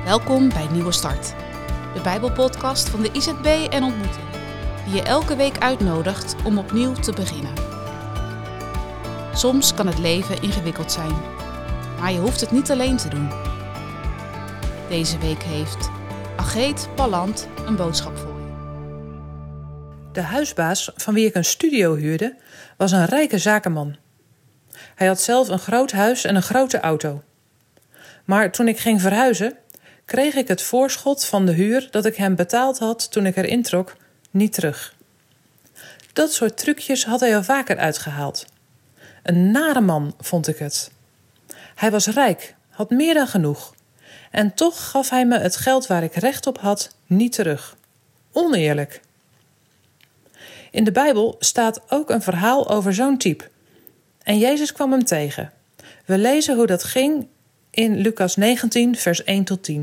Welkom bij Nieuwe Start, de Bijbelpodcast van de IZB en Ontmoeting, die je elke week uitnodigt om opnieuw te beginnen. Soms kan het leven ingewikkeld zijn, maar je hoeft het niet alleen te doen. Deze week heeft Ageet Palland een boodschap voor je. De huisbaas van wie ik een studio huurde, was een rijke zakenman. Hij had zelf een groot huis en een grote auto. Maar toen ik ging verhuizen, kreeg ik het voorschot van de huur dat ik hem betaald had toen ik erin trok, niet terug. Dat soort trucjes had hij al vaker uitgehaald. Een nare man, vond ik het. Hij was rijk, had meer dan genoeg. En toch gaf hij me het geld waar ik recht op had niet terug. Oneerlijk. In de Bijbel staat ook een verhaal over zo'n type. En Jezus kwam hem tegen. We lezen hoe dat ging in Lucas 19, vers 1 tot 10.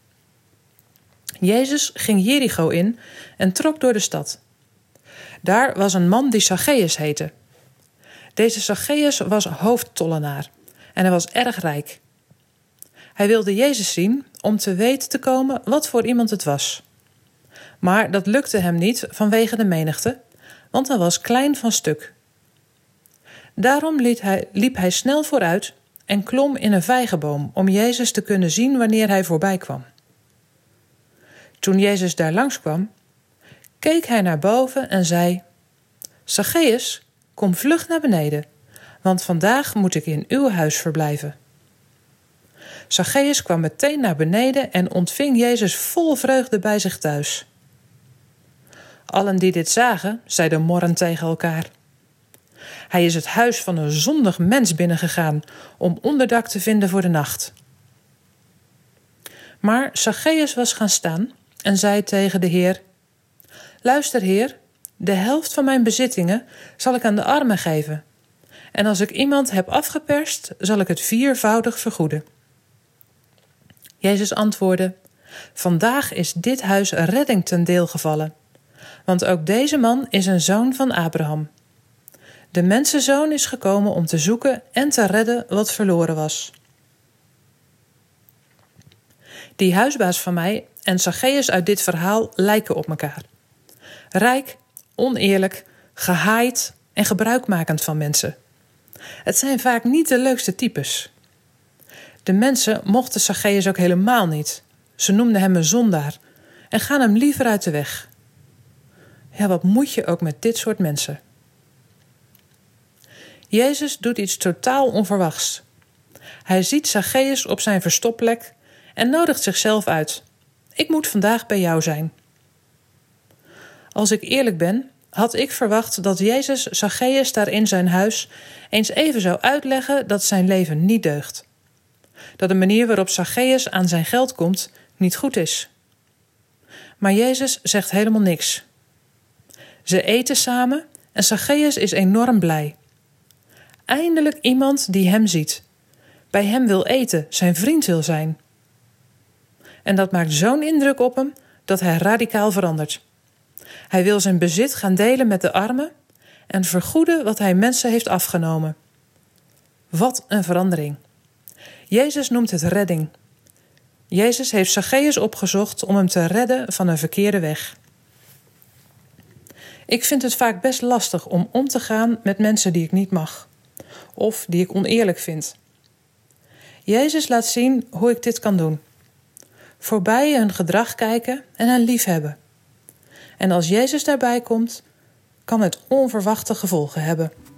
Jezus ging Jericho in en trok door de stad. Daar was een man die Zacchaeus heette. Deze Zacchaeus was hoofdtollenaar en hij was erg rijk. Hij wilde Jezus zien om te weten te komen wat voor iemand het was. Maar dat lukte hem niet vanwege de menigte, want hij was klein van stuk. Daarom liep hij snel vooruit en klom in een vijgenboom om Jezus te kunnen zien wanneer hij voorbij kwam. Toen Jezus daar langskwam, keek hij naar boven en zei: Zacchaeus, kom vlug naar beneden, want vandaag moet ik in uw huis verblijven. Zacchaeus kwam meteen naar beneden en ontving Jezus vol vreugde bij zich thuis. Allen die dit zagen, zeiden morrend tegen elkaar: Hij is het huis van een zondig mens binnengegaan om onderdak te vinden voor de nacht. Maar Zacchaeus was gaan staan en zei tegen de Heer: Luister, Heer, de helft van mijn bezittingen zal ik aan de armen geven. En als ik iemand heb afgeperst, zal ik het 4voudig vergoeden. Jezus antwoordde: Vandaag is dit huis redding ten deel gevallen. Want ook deze man is een zoon van Abraham. De mensenzoon is gekomen om te zoeken en te redden wat verloren was. Die huisbaas van mij en Zacchaeus uit dit verhaal lijken op elkaar. Rijk, oneerlijk, gehaaid en gebruikmakend van mensen. Het zijn vaak niet de leukste types. De mensen mochten Zacchaeus ook helemaal niet. Ze noemden hem een zondaar en gaan hem liever uit de weg. Ja, wat moet je ook met dit soort mensen? Jezus doet iets totaal onverwachts. Hij ziet Zacchaeus op zijn verstopplek en nodigt zichzelf uit. Ik moet vandaag bij jou zijn. Als ik eerlijk ben, had ik verwacht dat Jezus Zacchaeus daar in zijn huis eens even zou uitleggen dat zijn leven niet deugt. Dat de manier waarop Zacchaeus aan zijn geld komt niet goed is. Maar Jezus zegt helemaal niks. Ze eten samen en Zacchaeus is enorm blij. Eindelijk iemand die hem ziet. Bij hem wil eten, zijn vriend wil zijn. En dat maakt zo'n indruk op hem dat hij radicaal verandert. Hij wil zijn bezit gaan delen met de armen en vergoeden wat hij mensen heeft afgenomen. Wat een verandering. Jezus noemt het redding. Jezus heeft Zacchaeus opgezocht om hem te redden van een verkeerde weg. Ik vind het vaak best lastig om te gaan met mensen die ik niet mag. Of die ik oneerlijk vind. Jezus laat zien hoe ik dit kan doen. Voorbij hun gedrag kijken en hen liefhebben. En als Jezus daarbij komt, kan het onverwachte gevolgen hebben.